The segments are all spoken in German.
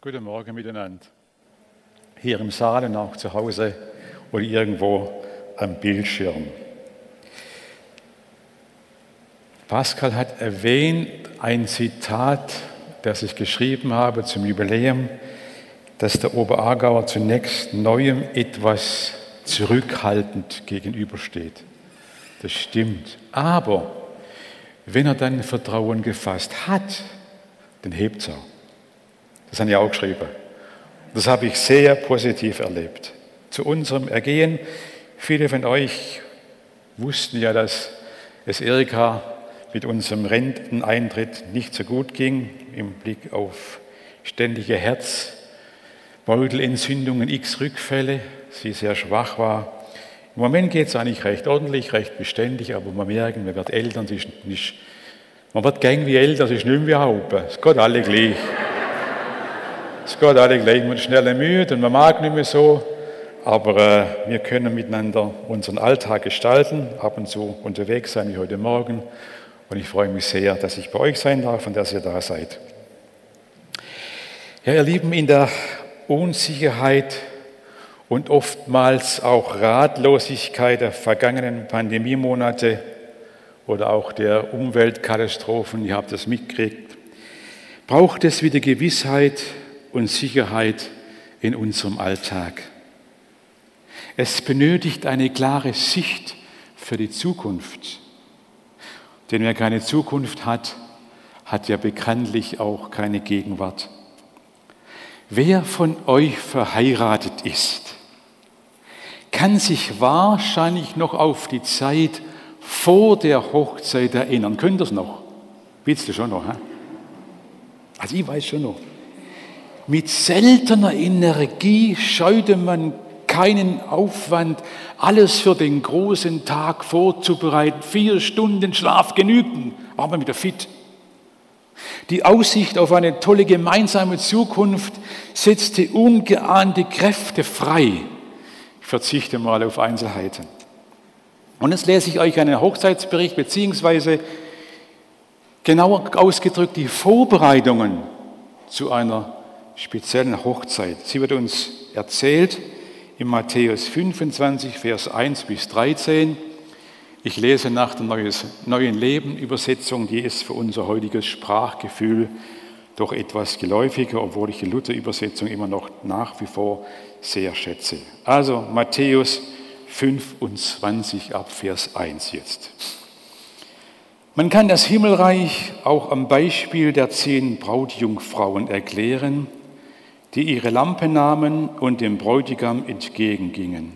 Guten Morgen miteinander. Hier im Saal und auch zu Hause oder irgendwo am Bildschirm. Pascal hat erwähnt, ein Zitat, das ich geschrieben habe zum Jubiläum, dass der Oberaargauer zunächst Neuem etwas zurückhaltend gegenübersteht. Das stimmt. Aber wenn er dann Vertrauen gefasst hat, dann hebt er. Das habe ich auch geschrieben. Das habe ich sehr positiv erlebt. Zu unserem Ergehen, viele von euch wussten ja, dass es Erika mit unserem Renteneintritt nicht so gut ging, im Blick auf ständige Herzbeutelentzündungen, Rückfälle, sie sehr schwach war. Im Moment geht es eigentlich recht ordentlich, recht beständig, aber man merkt, man wird älter, man wird gäng wie älter, es ist nicht mehr wie Haupe. Es geht alle gleich. Es geht alle gleich, man ist schnell müde und man mag nicht mehr so, aber wir können miteinander unseren Alltag gestalten, ab und zu unterwegs sein wie heute Morgen, und ich freue mich sehr, dass ich bei euch sein darf und dass ihr da seid. Ja, ihr Lieben, in der Unsicherheit und oftmals auch Ratlosigkeit der vergangenen Pandemiemonate oder auch der Umweltkatastrophen, ihr habt das mitgekriegt, braucht es wieder Gewissheit und Sicherheit in unserem Alltag. Es benötigt eine klare Sicht für die Zukunft. Denn wer keine Zukunft hat, hat ja bekanntlich auch keine Gegenwart. Wer von euch verheiratet ist, kann sich wahrscheinlich noch auf die Zeit vor der Hochzeit erinnern. Könnt ihr es noch? Willst du schon noch? He? Also ich weiß schon noch. Mit seltener Energie scheute man keinen Aufwand, alles für den großen Tag vorzubereiten. 4 Stunden Schlaf genügten, war man wieder fit. Die Aussicht auf eine tolle gemeinsame Zukunft setzte ungeahnte Kräfte frei. Ich verzichte mal auf Einzelheiten. Und jetzt lese ich euch einen Hochzeitsbericht, beziehungsweise genauer ausgedrückt die Vorbereitungen zu einer speziellen Hochzeit. Sie wird uns erzählt in Matthäus 25, Vers 1 bis 13. Ich lese nach der Neuen Leben-Übersetzung, die ist für unser heutiges Sprachgefühl doch etwas geläufiger, obwohl ich die Luther-Übersetzung immer noch nach wie vor sehr schätze. Also Matthäus 25 ab Vers 1 jetzt. Man kann das Himmelreich auch am Beispiel der 10 Brautjungfrauen erklären, die ihre Lampe nahmen und dem Bräutigam entgegengingen.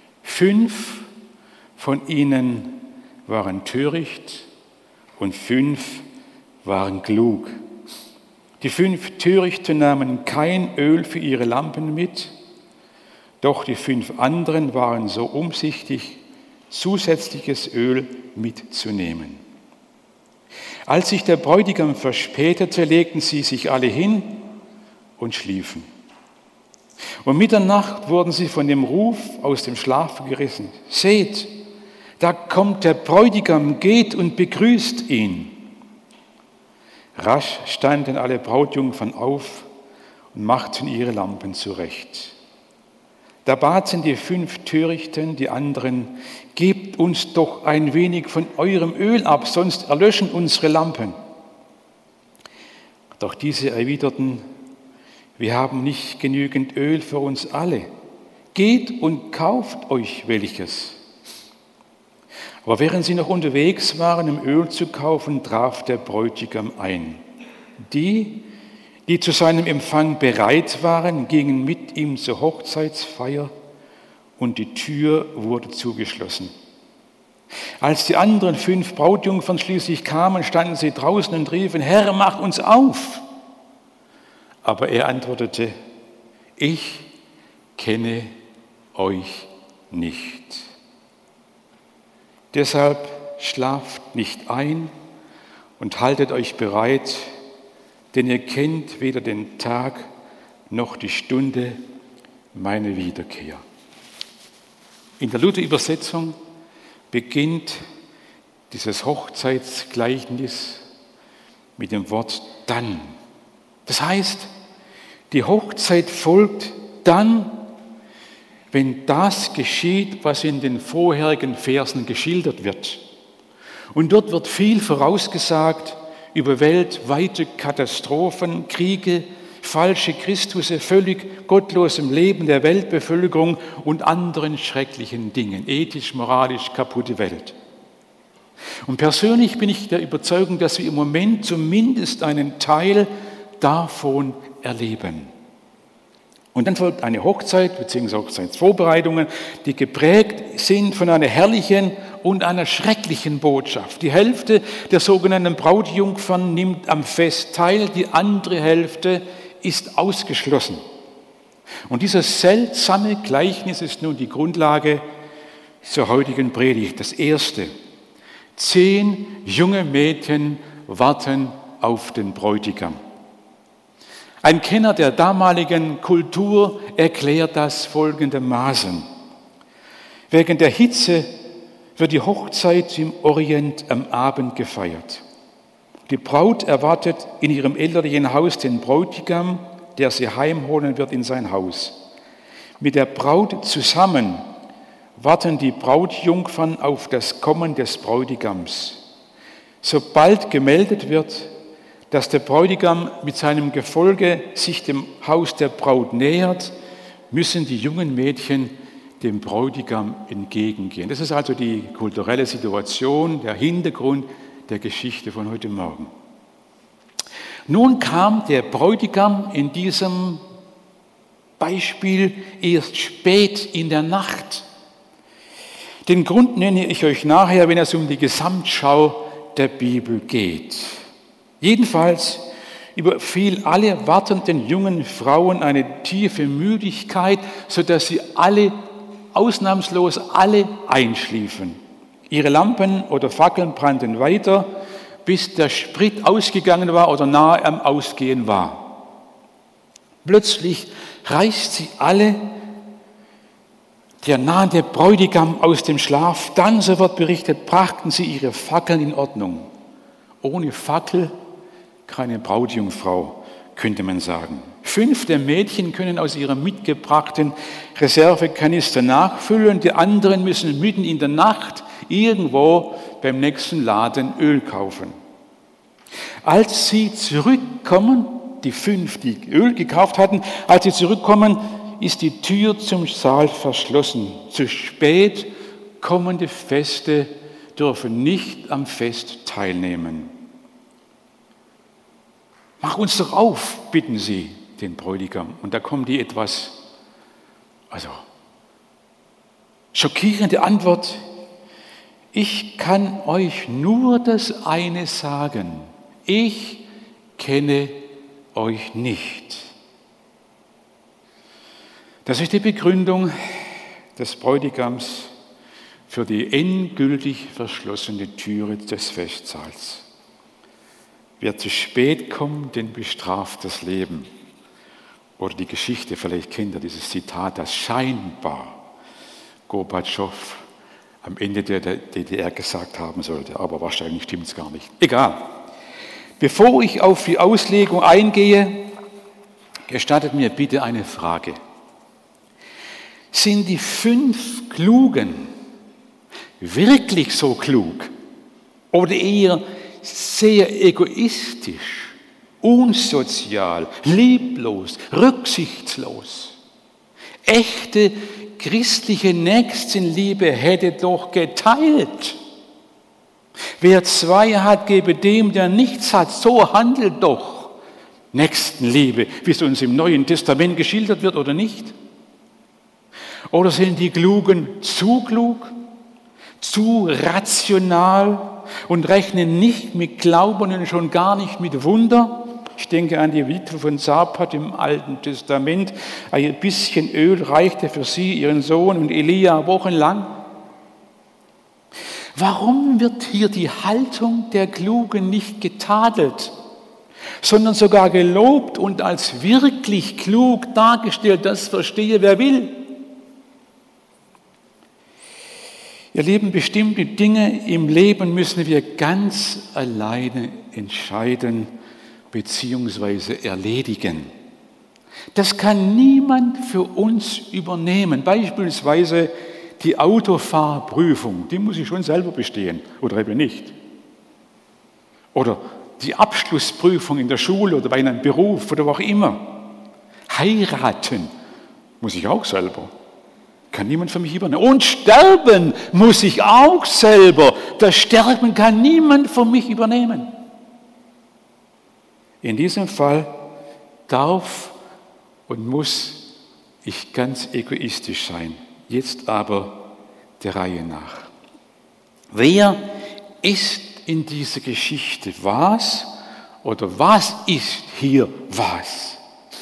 5 von ihnen waren töricht und 5 waren klug. Die 5 Törichten nahmen kein Öl für ihre Lampen mit, doch die 5 anderen waren so umsichtig, zusätzliches Öl mitzunehmen. Als sich der Bräutigam verspätete, legten sie sich alle hin und schliefen. Um Mitternacht wurden sie von dem Ruf aus dem Schlaf gerissen. Seht, da kommt der Bräutigam, geht und begrüßt ihn. Rasch standen alle Brautjungfern auf und machten ihre Lampen zurecht. Da baten die 5 Törichten die anderen: Gebt uns doch ein wenig von eurem Öl ab, sonst erlöschen unsere Lampen. Doch diese erwiderten: Wir haben nicht genügend Öl für uns alle. Geht und kauft euch welches. Aber während sie noch unterwegs waren, um Öl zu kaufen, traf der Bräutigam ein. Die zu seinem Empfang bereit waren, gingen mit ihm zur Hochzeitsfeier und die Tür wurde zugeschlossen. Als die anderen 5 Brautjungfern schließlich kamen, standen sie draußen und riefen: Herr, mach uns auf! Aber er antwortete: Ich kenne euch nicht. Deshalb schlaft nicht ein und haltet euch bereit, denn ihr kennt weder den Tag noch die Stunde meiner Wiederkehr. In der Luther-Übersetzung beginnt dieses Hochzeitsgleichnis mit dem Wort dann. Das heißt, Die Hochzeit folgt dann, wenn das geschieht, was in den vorherigen Versen geschildert wird. Und dort wird viel vorausgesagt über weltweite Katastrophen, Kriege, falsche Christusse, völlig gottlosem Leben der Weltbevölkerung und anderen schrecklichen Dingen, ethisch, moralisch kaputte Welt. Und persönlich bin ich der Überzeugung, dass wir im Moment zumindest einen Teil davon erleben. Und dann folgt eine Hochzeit bzw. Hochzeitsvorbereitungen, die geprägt sind von einer herrlichen und einer schrecklichen Botschaft. Die Hälfte der sogenannten Brautjungfern nimmt am Fest teil, die andere Hälfte ist ausgeschlossen. Und dieses seltsame Gleichnis ist nun die Grundlage zur heutigen Predigt. Das erste: 10 junge Mädchen warten auf den Bräutigam. Ein Kenner der damaligen Kultur erklärt das folgendermaßen: Wegen der Hitze wird die Hochzeit im Orient am Abend gefeiert. Die Braut erwartet in ihrem elterlichen Haus den Bräutigam, der sie heimholen wird in sein Haus. Mit der Braut zusammen warten die Brautjungfern auf das Kommen des Bräutigams. Sobald gemeldet wird, dass der Bräutigam mit seinem Gefolge sich dem Haus der Braut nähert, müssen die jungen Mädchen dem Bräutigam entgegengehen. Das ist also die kulturelle Situation, der Hintergrund der Geschichte von heute Morgen. Nun kam der Bräutigam in diesem Beispiel erst spät in der Nacht. Den Grund nenne ich euch nachher, wenn es um die Gesamtschau der Bibel geht. Jedenfalls überfiel alle wartenden jungen Frauen eine tiefe Müdigkeit, sodass sie ausnahmslos alle einschliefen. Ihre Lampen oder Fackeln brannten weiter, bis der Sprit ausgegangen war oder nahe am Ausgehen war. Plötzlich reißt sie alle der nahende Bräutigam aus dem Schlaf. Dann, so wird berichtet, brachten sie ihre Fackeln in Ordnung. Ohne Fackel keine Brautjungfrau, könnte man sagen. 5 der Mädchen können aus ihrem mitgebrachten Reservekanister nachfüllen, die anderen müssen mitten in der Nacht irgendwo beim nächsten Laden Öl kaufen. Als sie zurückkommen, die 5, die Öl gekauft hatten, als sie zurückkommen, ist die Tür zum Saal verschlossen. Zu spät kommende Feste dürfen nicht am Fest teilnehmen. Mach uns doch auf, bitten sie den Bräutigam. Und da kommt die etwas, schockierende Antwort: Ich kann euch nur das eine sagen: Ich kenne euch nicht. Das ist die Begründung des Bräutigams für die endgültig verschlossene Türe des Festsaals. Wer zu spät kommt, den bestraft das Leben. Oder die Geschichte, vielleicht kennt ihr dieses Zitat, das scheinbar Gorbatschow am Ende der DDR gesagt haben sollte. Aber wahrscheinlich stimmt es gar nicht. Egal. Bevor ich auf die Auslegung eingehe, gestattet mir bitte eine Frage. Sind die 5 Klugen wirklich so klug oder eher sehr egoistisch, unsozial, lieblos, rücksichtslos? Echte christliche Nächstenliebe hätte doch geteilt. Wer 2 hat, gebe dem, der nichts hat. So handelt doch Nächstenliebe, wie es uns im Neuen Testament geschildert wird, oder nicht? Oder sind die Klugen zu klug, zu rational und rechnen nicht mit Glauben und schon gar nicht mit Wunder? Ich denke an die Witwe von Sarpat im Alten Testament. Ein bisschen Öl reichte für sie, ihren Sohn und Elia wochenlang. Warum wird hier die Haltung der Klugen nicht getadelt, sondern sogar gelobt und als wirklich klug dargestellt? Das verstehe wer will. Ihr Lieben, bestimmte Dinge im Leben müssen wir ganz alleine entscheiden bzw. erledigen. Das kann niemand für uns übernehmen. Beispielsweise die Autofahrprüfung, die muss ich schon selber bestehen oder eben nicht. Oder die Abschlussprüfung in der Schule oder bei einem Beruf oder wo auch immer. Heiraten muss ich auch selber. Kann niemand für mich übernehmen. Und sterben muss ich auch selber. Das Sterben kann niemand für mich übernehmen. In diesem Fall darf und muss ich ganz egoistisch sein. Jetzt aber der Reihe nach. Wer ist in dieser Geschichte was oder was ist hier was?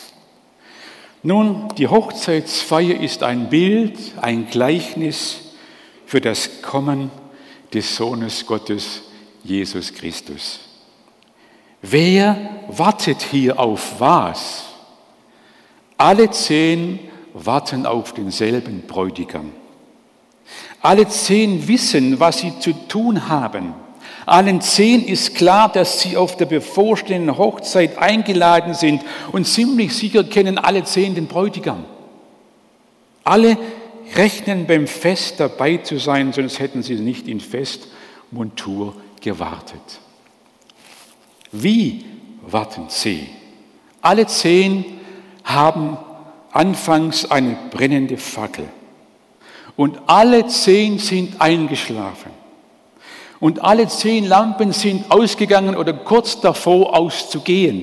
Nun, die Hochzeitsfeier ist ein Bild, ein Gleichnis für das Kommen des Sohnes Gottes, Jesus Christus. Wer wartet hier auf was? Alle 10 warten auf denselben Bräutigam. Alle 10 wissen, was sie zu tun haben. Allen 10 ist klar, dass sie auf der bevorstehenden Hochzeit eingeladen sind und ziemlich sicher kennen alle 10 den Bräutigam. Alle rechnen beim Fest dabei zu sein, sonst hätten sie nicht in Festmontur gewartet. Wie warten sie? Alle 10 haben anfangs eine brennende Fackel und alle 10 sind eingeschlafen. Und alle 10 Lampen sind ausgegangen oder kurz davor auszugehen.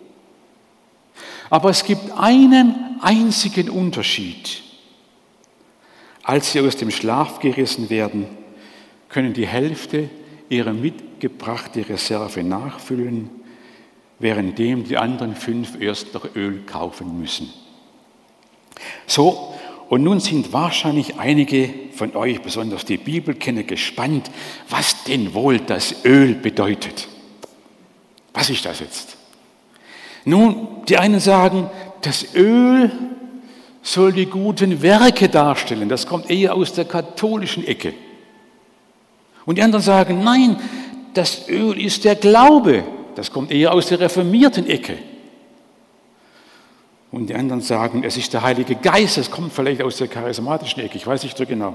Aber es gibt einen einzigen Unterschied. Als sie aus dem Schlaf gerissen werden, können die Hälfte ihre mitgebrachte Reserve nachfüllen, währenddem die anderen 5 erst noch Öl kaufen müssen. So, und nun sind wahrscheinlich einige von euch, besonders die Bibelkenner, gespannt, was denn wohl das Öl bedeutet. Was ist das jetzt? Nun, die einen sagen, das Öl soll die guten Werke darstellen. Das kommt eher aus der katholischen Ecke. Und die anderen sagen, nein, das Öl ist der Glaube. Das kommt eher aus der reformierten Ecke. Und die anderen sagen, es ist der Heilige Geist, das kommt vielleicht aus der charismatischen Ecke, ich weiß nicht so genau.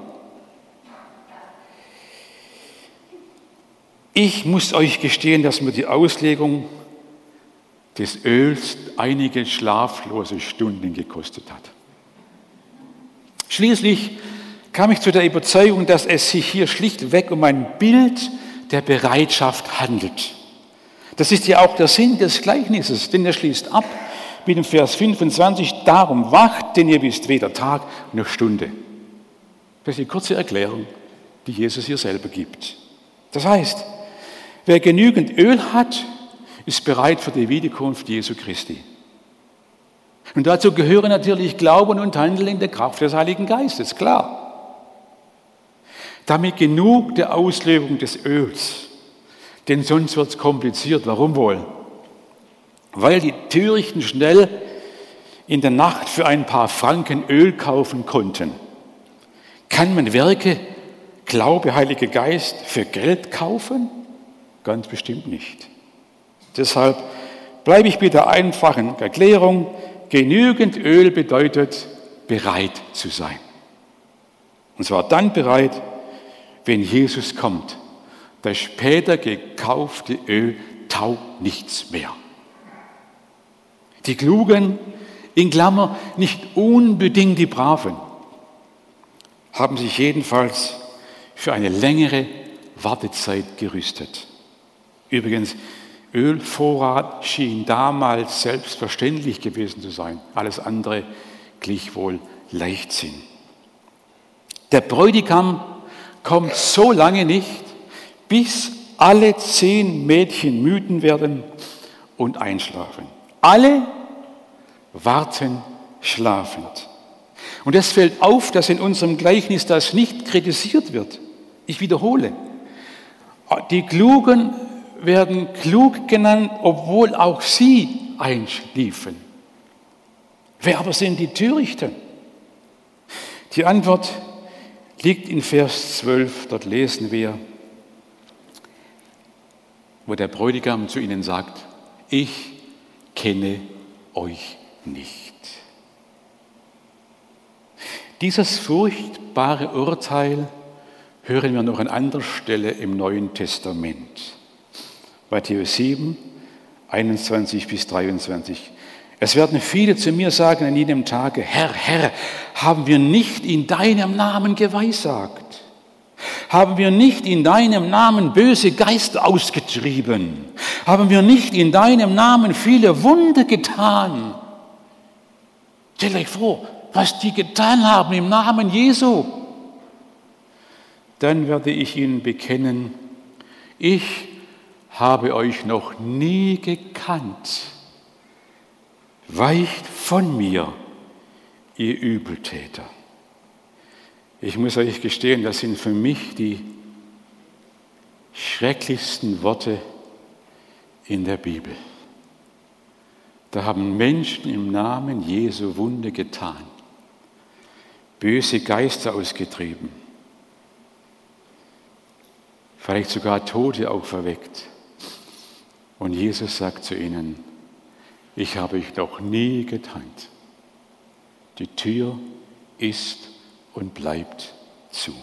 Ich muss euch gestehen, dass mir die Auslegung des Öls einige schlaflose Stunden gekostet hat. Schließlich kam ich zu der Überzeugung, dass es sich hier schlichtweg um ein Bild der Bereitschaft handelt. Das ist ja auch der Sinn des Gleichnisses, denn er schließt ab mit dem Vers 25, darum wacht, denn ihr wisst weder Tag noch Stunde. Das ist die kurze Erklärung, die Jesus hier selber gibt. Das heißt, wer genügend Öl hat, ist bereit für die Wiederkunft Jesu Christi. Und dazu gehören natürlich Glauben und Handeln in der Kraft des Heiligen Geistes, klar. Damit genug der Auslegung des Öls, denn sonst wird es kompliziert. Warum wohl? Weil die Törichten schnell in der Nacht für ein paar Franken Öl kaufen konnten. Kann man Werke, Glaube, Heiliger Geist für Geld kaufen? Ganz bestimmt nicht. Deshalb bleibe ich bei der einfachen Erklärung, genügend Öl bedeutet, bereit zu sein. Und zwar dann bereit, wenn Jesus kommt. Das später gekaufte Öl taugt nichts mehr. Die Klugen, in Klammer, nicht unbedingt die Braven, haben sich jedenfalls für eine längere Wartezeit gerüstet. Übrigens, Ölvorrat schien damals selbstverständlich gewesen zu sein. Alles andere glich wohl Leichtsinn. Der Bräutigam kommt so lange nicht, bis alle 10 Mädchen müde werden und einschlafen. Alle warten schlafend. Und es fällt auf, dass in unserem Gleichnis das nicht kritisiert wird. Ich wiederhole, die Klugen werden klug genannt, obwohl auch sie einschliefen. Wer aber sind die Törichten? Die Antwort liegt in Vers 12, dort lesen wir, wo der Bräutigam zu ihnen sagt, ich kenne euch nicht. Dieses furchtbare Urteil hören wir noch an anderer Stelle im Neuen Testament. Matthäus 7, 21 bis 23. Es werden viele zu mir sagen an jenem Tage, Herr, Herr, haben wir nicht in deinem Namen geweissagt? Haben wir nicht in deinem Namen böse Geister ausgetrieben? Haben wir nicht in deinem Namen viele Wunder getan? Stellt euch vor, was die getan haben im Namen Jesu. Dann werde ich ihnen bekennen, ich habe euch noch nie gekannt. Weicht von mir, ihr Übeltäter. Ich muss euch gestehen, das sind für mich die schrecklichsten Worte in der Bibel. Da haben Menschen im Namen Jesu Wunder getan, böse Geister ausgetrieben, vielleicht sogar Tote auferweckt. Und Jesus sagt zu ihnen, ich habe euch noch nie gekannt. Die Tür ist und bleibt zu.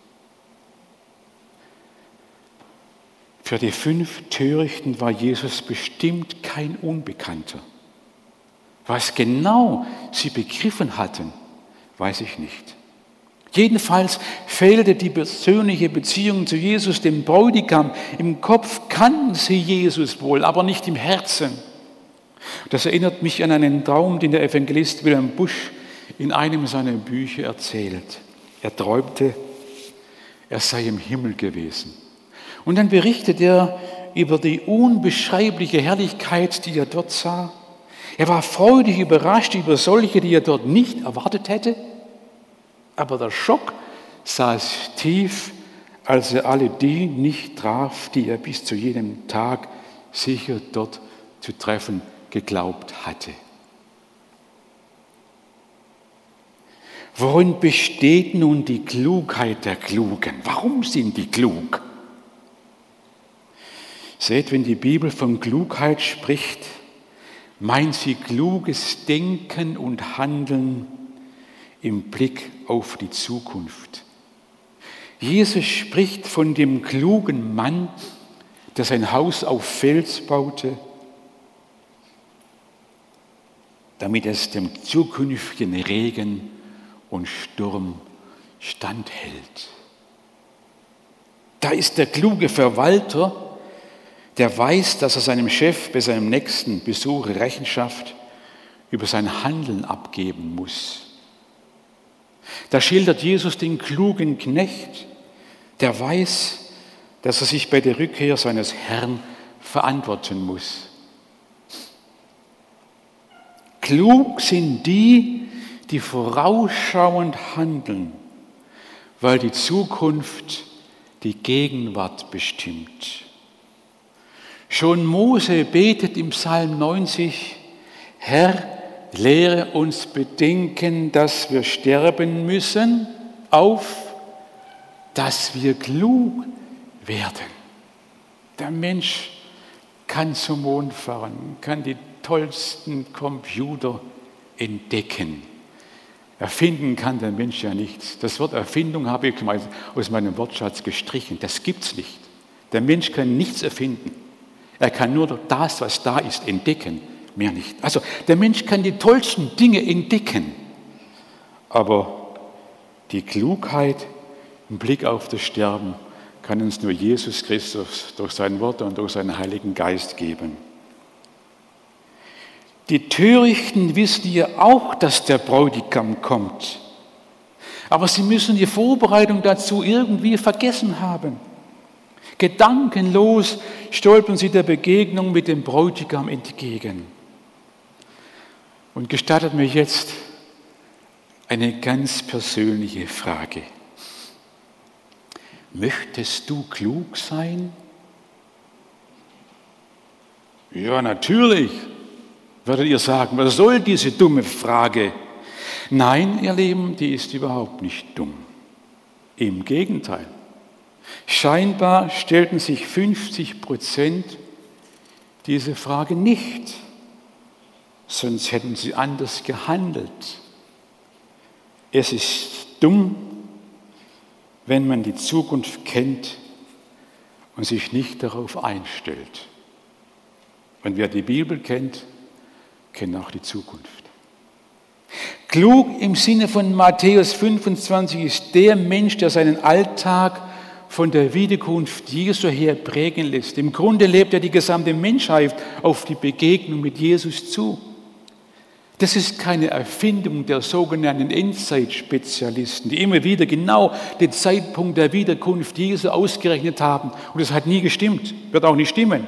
Für die 5 Törichten war Jesus bestimmt kein Unbekannter. Was genau sie begriffen hatten, weiß ich nicht. Jedenfalls fehlte die persönliche Beziehung zu Jesus, dem Bräutigam. Im Kopf kannten sie Jesus wohl, aber nicht im Herzen. Das erinnert mich an einen Traum, den der Evangelist Wilhelm Busch in einem seiner Bücher erzählt. Er träumte, er sei im Himmel gewesen. Und dann berichtet er über die unbeschreibliche Herrlichkeit, die er dort sah. Er war freudig überrascht über solche, die er dort nicht erwartet hätte. Aber der Schock saß tief, als er alle die nicht traf, die er bis zu jenem Tag sicher dort zu treffen geglaubt hatte. Worin besteht nun die Klugheit der Klugen? Warum sind die klug? Seht, wenn die Bibel von Klugheit spricht, meint sie kluges Denken und Handeln im Blick auf die Zukunft. Jesus spricht von dem klugen Mann, der sein Haus auf Fels baute, damit es dem zukünftigen Regen und Sturm standhält. Da ist der kluge Verwalter, der weiß, dass er seinem Chef bei seinem nächsten Besuch Rechenschaft über sein Handeln abgeben muss. Da schildert Jesus den klugen Knecht, der weiß, dass er sich bei der Rückkehr seines Herrn verantworten muss. Klug sind die, die vorausschauend handeln, weil die Zukunft die Gegenwart bestimmt. Schon Mose betet im Psalm 90, Herr, lehre uns bedenken, dass wir sterben müssen, auf, dass wir klug werden. Der Mensch kann zum Mond fahren, kann die tollsten Computer entdecken. Erfinden kann der Mensch ja nichts. Das Wort Erfindung habe ich mal aus meinem Wortschatz gestrichen. Das gibt es nicht. Der Mensch kann nichts erfinden. Er kann nur das, was da ist, entdecken, mehr nicht. Also der Mensch kann die tollsten Dinge entdecken, aber die Klugheit im Blick auf das Sterben kann uns nur Jesus Christus durch sein Wort und durch seinen Heiligen Geist geben. Die Törichten wissen ja auch, dass der Bräutigam kommt, aber sie müssen die Vorbereitung dazu irgendwie vergessen haben. Gedankenlos stolpern sie der Begegnung mit dem Bräutigam entgegen. Und gestattet mir jetzt eine ganz persönliche Frage. Möchtest du klug sein? Ja, natürlich, werdet ihr sagen. Was soll diese dumme Frage? Nein, ihr Lieben, die ist überhaupt nicht dumm. Im Gegenteil. Scheinbar stellten sich 50% diese Frage nicht. sonst hätten sie anders gehandelt. Es ist dumm, wenn man die Zukunft kennt und sich nicht darauf einstellt. Und wer die Bibel kennt, kennt auch die Zukunft. Klug im Sinne von Matthäus 25 ist der Mensch, der seinen Alltag von der Wiederkunft Jesu her prägen lässt. Im Grunde lebt ja die gesamte Menschheit auf die Begegnung mit Jesus zu. Das ist keine Erfindung der sogenannten Endzeitspezialisten, die immer wieder genau den Zeitpunkt der Wiederkunft Jesu ausgerechnet haben. Und das hat nie gestimmt, wird auch nicht stimmen.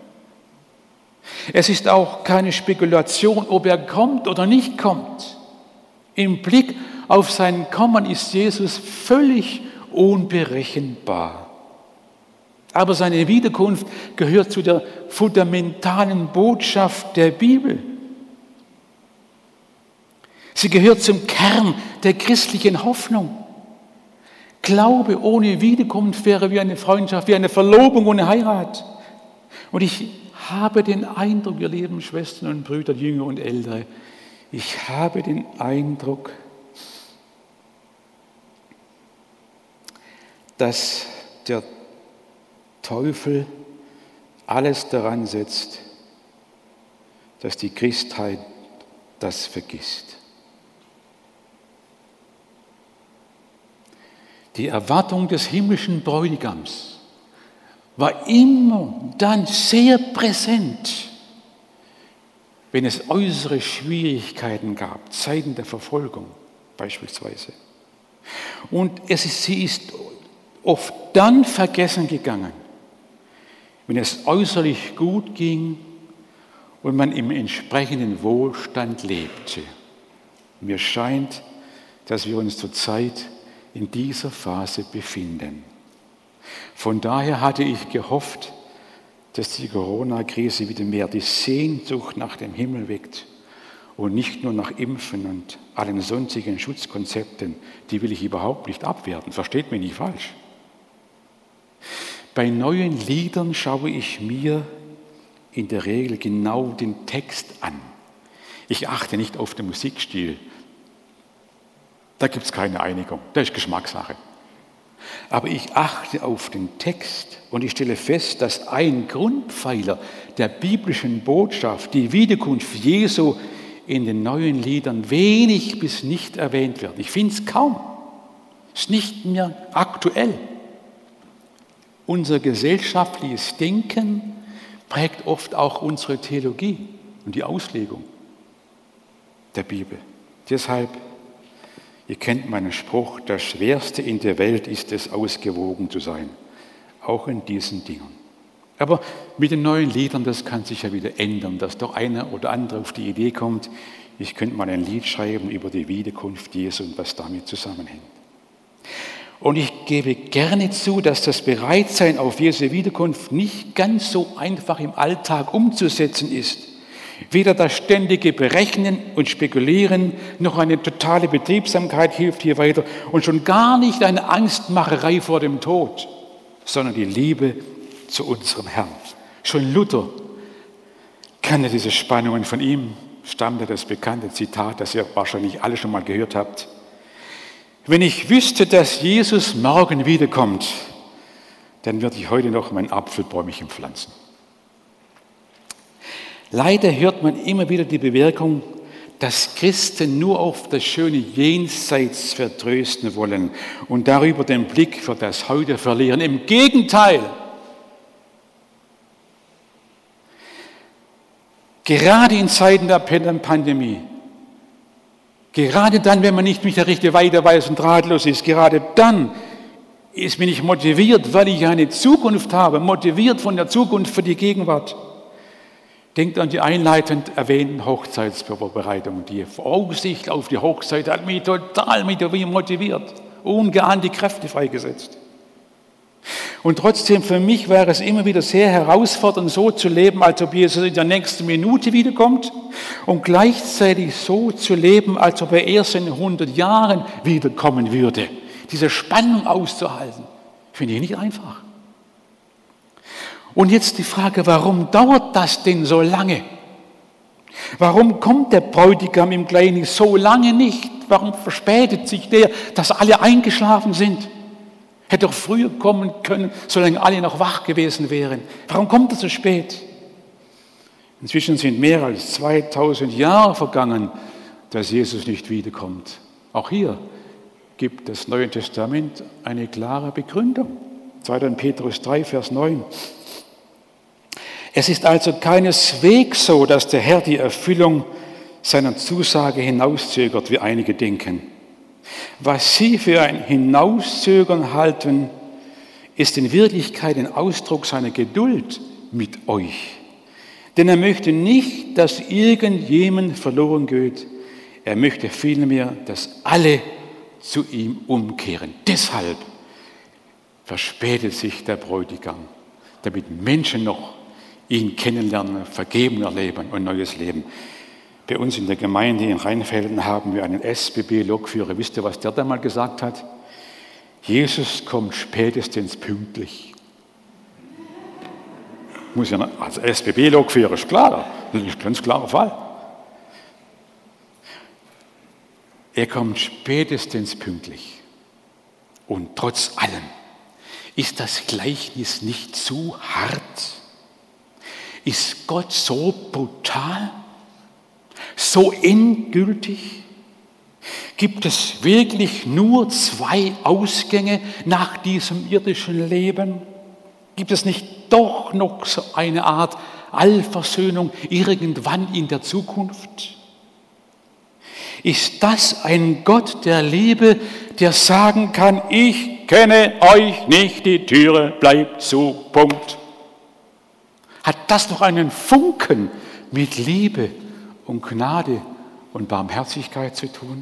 Es ist auch keine Spekulation, ob er kommt oder nicht kommt. Im Blick auf sein Kommen ist Jesus völlig unberechenbar. Aber seine Wiederkunft gehört zu der fundamentalen Botschaft der Bibel. Sie gehört zum Kern der christlichen Hoffnung. Glaube ohne Wiederkunft wäre wie eine Freundschaft, wie eine Verlobung ohne Heirat. Und ich habe den Eindruck, ihr lieben Schwestern und Brüder, Jünger und Ältere, ich habe den Eindruck, dass der Teufel alles daran setzt, dass die Christheit das vergisst. Die Erwartung des himmlischen Bräutigams war immer dann sehr präsent, wenn es äußere Schwierigkeiten gab, Zeiten der Verfolgung beispielsweise. Und sie ist oft dann vergessen gegangen, wenn es äußerlich gut ging und man im entsprechenden Wohlstand lebte. Mir scheint, dass wir uns zurzeit in dieser Phase befinden. Von daher hatte ich gehofft, dass die Corona-Krise wieder mehr die Sehnsucht nach dem Himmel weckt und nicht nur nach Impfen und allen sonstigen Schutzkonzepten, die will ich überhaupt nicht abwerten, versteht mich nicht falsch. Bei neuen Liedern schaue ich mir in der Regel genau den Text an. Ich achte nicht auf den Musikstil. Da gibt es keine Einigung, das ist Geschmackssache. Aber ich achte auf den Text und ich stelle fest, dass ein Grundpfeiler der biblischen Botschaft, die Wiederkunft Jesu, in den neuen Liedern wenig bis nicht erwähnt wird. Ich finde es kaum. Es ist nicht mehr aktuell. Unser gesellschaftliches Denken prägt oft auch unsere Theologie und die Auslegung der Bibel. Deshalb, ihr kennt meinen Spruch, das Schwerste in der Welt ist es, ausgewogen zu sein, auch in diesen Dingen. Aber mit den neuen Liedern, das kann sich ja wieder ändern, dass doch einer oder andere auf die Idee kommt, ich könnte mal ein Lied schreiben über die Wiederkunft Jesu und was damit zusammenhängt. Und ich gebe gerne zu, dass das Bereitsein auf Jesu Wiederkunft nicht ganz so einfach im Alltag umzusetzen ist. Weder das ständige Berechnen und Spekulieren noch eine totale Betriebsamkeit hilft hier weiter und schon gar nicht eine Angstmacherei vor dem Tod, sondern die Liebe zu unserem Herrn. Schon Luther kannte diese Spannungen, von ihm stammte das bekannte Zitat, das ihr wahrscheinlich alle schon mal gehört habt. Wenn ich wüsste, dass Jesus morgen wiederkommt, dann würde ich heute noch mein Apfelbäumchen pflanzen. Leider hört man immer wieder die Bemerkung, dass Christen nur auf das schöne Jenseits vertrösten wollen und darüber den Blick für das Heute verlieren. Im Gegenteil, gerade in Zeiten der Pandemie, gerade dann, wenn man nicht mit der Richtung weiter weiß und ratlos ist, gerade dann bin ich motiviert, weil ich eine Zukunft habe, motiviert von der Zukunft für die Gegenwart. Denkt an die einleitend erwähnten Hochzeitsvorbereitungen. Die Voraussicht auf die Hochzeit hat mich total motiviert, ungeahnte Kräfte freigesetzt. Und trotzdem, für mich wäre es immer wieder sehr herausfordernd, so zu leben, als ob Jesus in der nächsten Minute wiederkommt und gleichzeitig so zu leben, als ob er erst in 100 Jahren wiederkommen würde. Diese Spannung auszuhalten, finde ich nicht einfach. Und jetzt die Frage, warum dauert das denn so lange? Warum kommt der Bräutigam im Gleichnis so lange nicht? Warum verspätet sich der, dass alle eingeschlafen sind? Hätte doch früher kommen können, solange alle noch wach gewesen wären. Warum kommt er so spät? Inzwischen sind mehr als 2000 Jahre vergangen, dass Jesus nicht wiederkommt. Auch hier gibt das Neue Testament eine klare Begründung. 2. Petrus 3, Vers 9. Es ist also keineswegs so, dass der Herr die Erfüllung seiner Zusage hinauszögert, wie einige denken. Was sie für ein Hinauszögern halten, ist in Wirklichkeit ein Ausdruck seiner Geduld mit euch. Denn er möchte nicht, dass irgendjemand verloren geht. Er möchte vielmehr, dass alle zu ihm umkehren. Deshalb verspätet sich der Bräutigam, damit Menschen noch ihn kennenlernen, Vergebung erleben und neues Leben. Bei uns in der Gemeinde in Rheinfelden haben wir einen SBB-Lokführer. Wisst ihr, was der da mal gesagt hat? Jesus kommt spätestens pünktlich. Muss ja, als SBB-Lokführer ist klar, das ist ein ganz klarer Fall. Er kommt spätestens pünktlich. Und trotz allem ist das Gleichnis nicht zu hart. Ist Gott so brutal? So endgültig? Gibt es wirklich nur 2 Ausgänge nach diesem irdischen Leben? Gibt es nicht doch noch so eine Art Allversöhnung irgendwann in der Zukunft? Ist das ein Gott der Liebe, der sagen kann, ich kenne euch nicht, die Türe bleibt zu, Punkt? Hat das noch einen Funken mit Liebe und Gnade und Barmherzigkeit zu tun?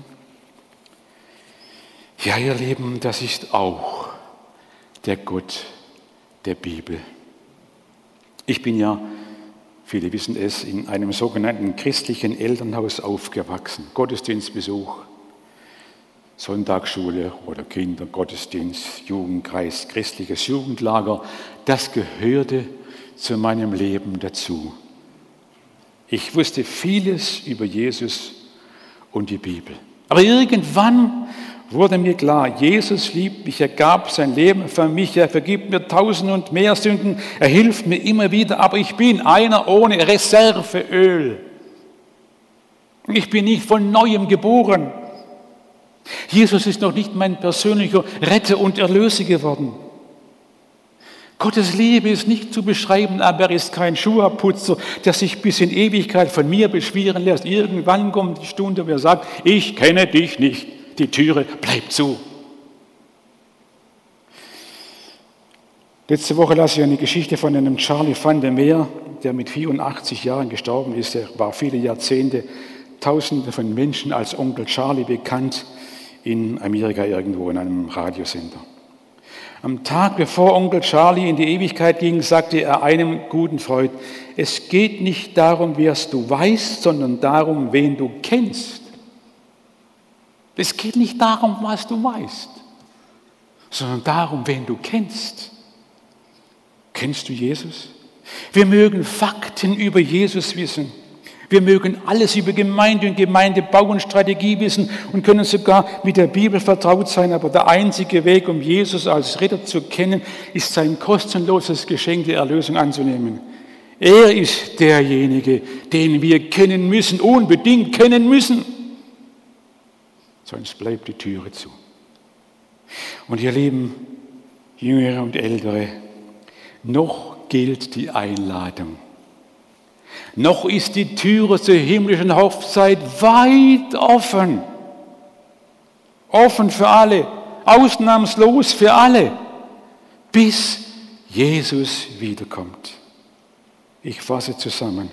Ja, ihr Lieben, das ist auch der Gott der Bibel. Ich bin ja, viele wissen es, in einem sogenannten christlichen Elternhaus aufgewachsen. Gottesdienstbesuch, Sonntagsschule oder Kindergottesdienst, Jugendkreis, christliches Jugendlager, das gehörte zu meinem Leben dazu. Ich wusste vieles über Jesus und die Bibel. Aber irgendwann wurde mir klar, Jesus liebt mich, er gab sein Leben für mich, er vergibt mir 1000 und mehr Sünden, er hilft mir immer wieder, aber ich bin einer ohne Reserveöl. Ich bin nicht von Neuem geboren. Jesus ist noch nicht mein persönlicher Retter und Erlöser geworden. Gottes Liebe ist nicht zu beschreiben, aber er ist kein Schuhputzer, der sich bis in Ewigkeit von mir beschweren lässt. Irgendwann kommt die Stunde, wo er sagt, ich kenne dich nicht. Die Türe bleibt zu. Letzte Woche las ich eine Geschichte von einem Charlie van der Meer, der mit 84 Jahren gestorben ist. Er war viele Jahrzehnte Tausende von Menschen als Onkel Charlie bekannt in Amerika irgendwo in einem Radiosender. Am Tag, bevor Onkel Charlie in die Ewigkeit ging, sagte er einem guten Freund, es geht nicht darum, was du weißt, sondern darum, wen du kennst. Es geht nicht darum, was du weißt, sondern darum, wen du kennst. Kennst du Jesus? Wir mögen Fakten über Jesus wissen. Wir mögen alles über Gemeinde und Gemeindebau und Strategie wissen und können sogar mit der Bibel vertraut sein. Aber der einzige Weg, um Jesus als Retter zu kennen, ist sein kostenloses Geschenk der Erlösung anzunehmen. Er ist derjenige, den wir kennen müssen, unbedingt kennen müssen. Sonst bleibt die Türe zu. Und ihr Lieben, Jüngere und Ältere, noch gilt die Einladung. Noch ist die Türe zur himmlischen Hochzeit weit offen. Offen für alle, ausnahmslos für alle, bis Jesus wiederkommt. Ich fasse zusammen.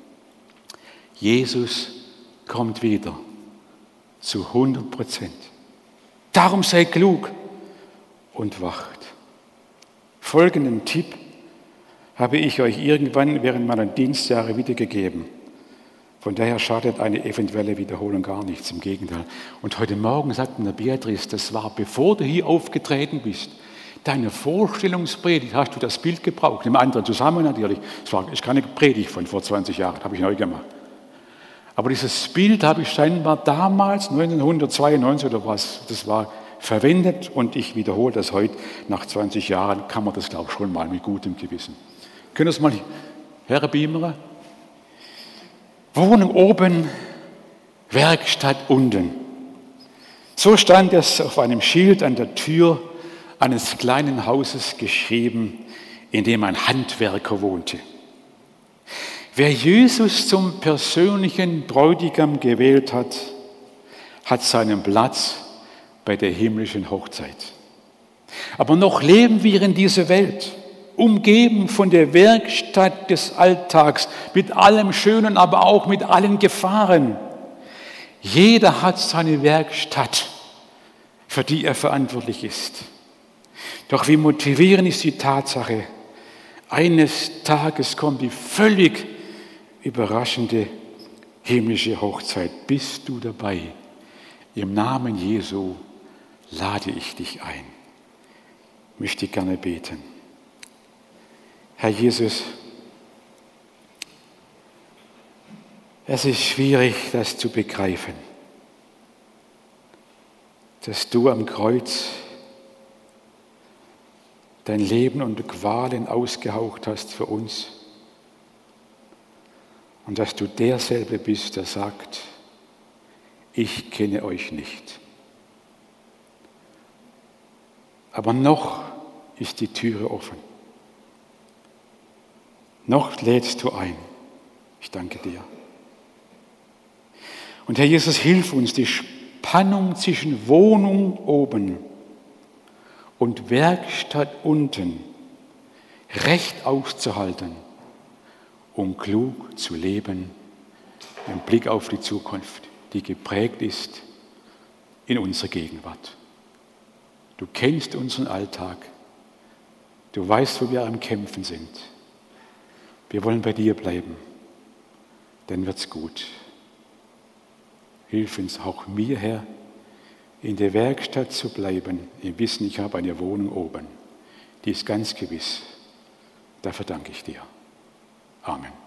Jesus kommt wieder. Zu 100%. Darum sei klug und wacht. Folgenden Tipp habe ich euch irgendwann während meiner Dienstjahre wiedergegeben. Von daher schadet eine eventuelle Wiederholung gar nichts, im Gegenteil. Und heute Morgen sagte mir Beatrice, das war bevor du hier aufgetreten bist. Deine Vorstellungspredigt, hast du das Bild gebraucht, im anderen Zusammenhang natürlich. Es ist keine Predigt von vor 20 Jahren, habe ich neu gemacht. Aber dieses Bild habe ich scheinbar damals, 1992 oder was, das war verwendet und ich wiederhole das heute. Nach 20 Jahren kann man das, glaube ich, schon mal mit gutem Gewissen. Können wir es mal, Herr Biemerer? Wohnung oben, Werkstatt unten. So stand es auf einem Schild an der Tür eines kleinen Hauses geschrieben, in dem ein Handwerker wohnte. Wer Jesus zum persönlichen Bräutigam gewählt hat, hat seinen Platz bei der himmlischen Hochzeit. Aber noch leben wir in dieser Welt, umgeben von der Werkstatt des Alltags, mit allem Schönen, aber auch mit allen Gefahren. Jeder hat seine Werkstatt, für die er verantwortlich ist. Doch wie motivierend ist die Tatsache, eines Tages kommt die völlig überraschende himmlische Hochzeit. Bist du dabei? Im Namen Jesu lade ich dich ein. Möchte ich gerne beten. Herr Jesus, es ist schwierig, das zu begreifen, dass du am Kreuz dein Leben und Qualen ausgehaucht hast für uns und dass du derselbe bist, der sagt, ich kenne euch nicht. Aber noch ist die Türe offen. Noch lädst du ein. Ich danke dir. Und Herr Jesus, hilf uns, die Spannung zwischen Wohnung oben und Werkstatt unten recht auszuhalten, um klug zu leben im Blick auf die Zukunft, die geprägt ist in unserer Gegenwart. Du kennst unseren Alltag. Du weißt, wo wir am Kämpfen sind. Wir wollen bei dir bleiben. Dann wird's gut. Hilf uns auch mir, Herr, in der Werkstatt zu bleiben, im Wissen, ich habe eine Wohnung oben. Die ist ganz gewiss. Dafür danke ich dir. Amen.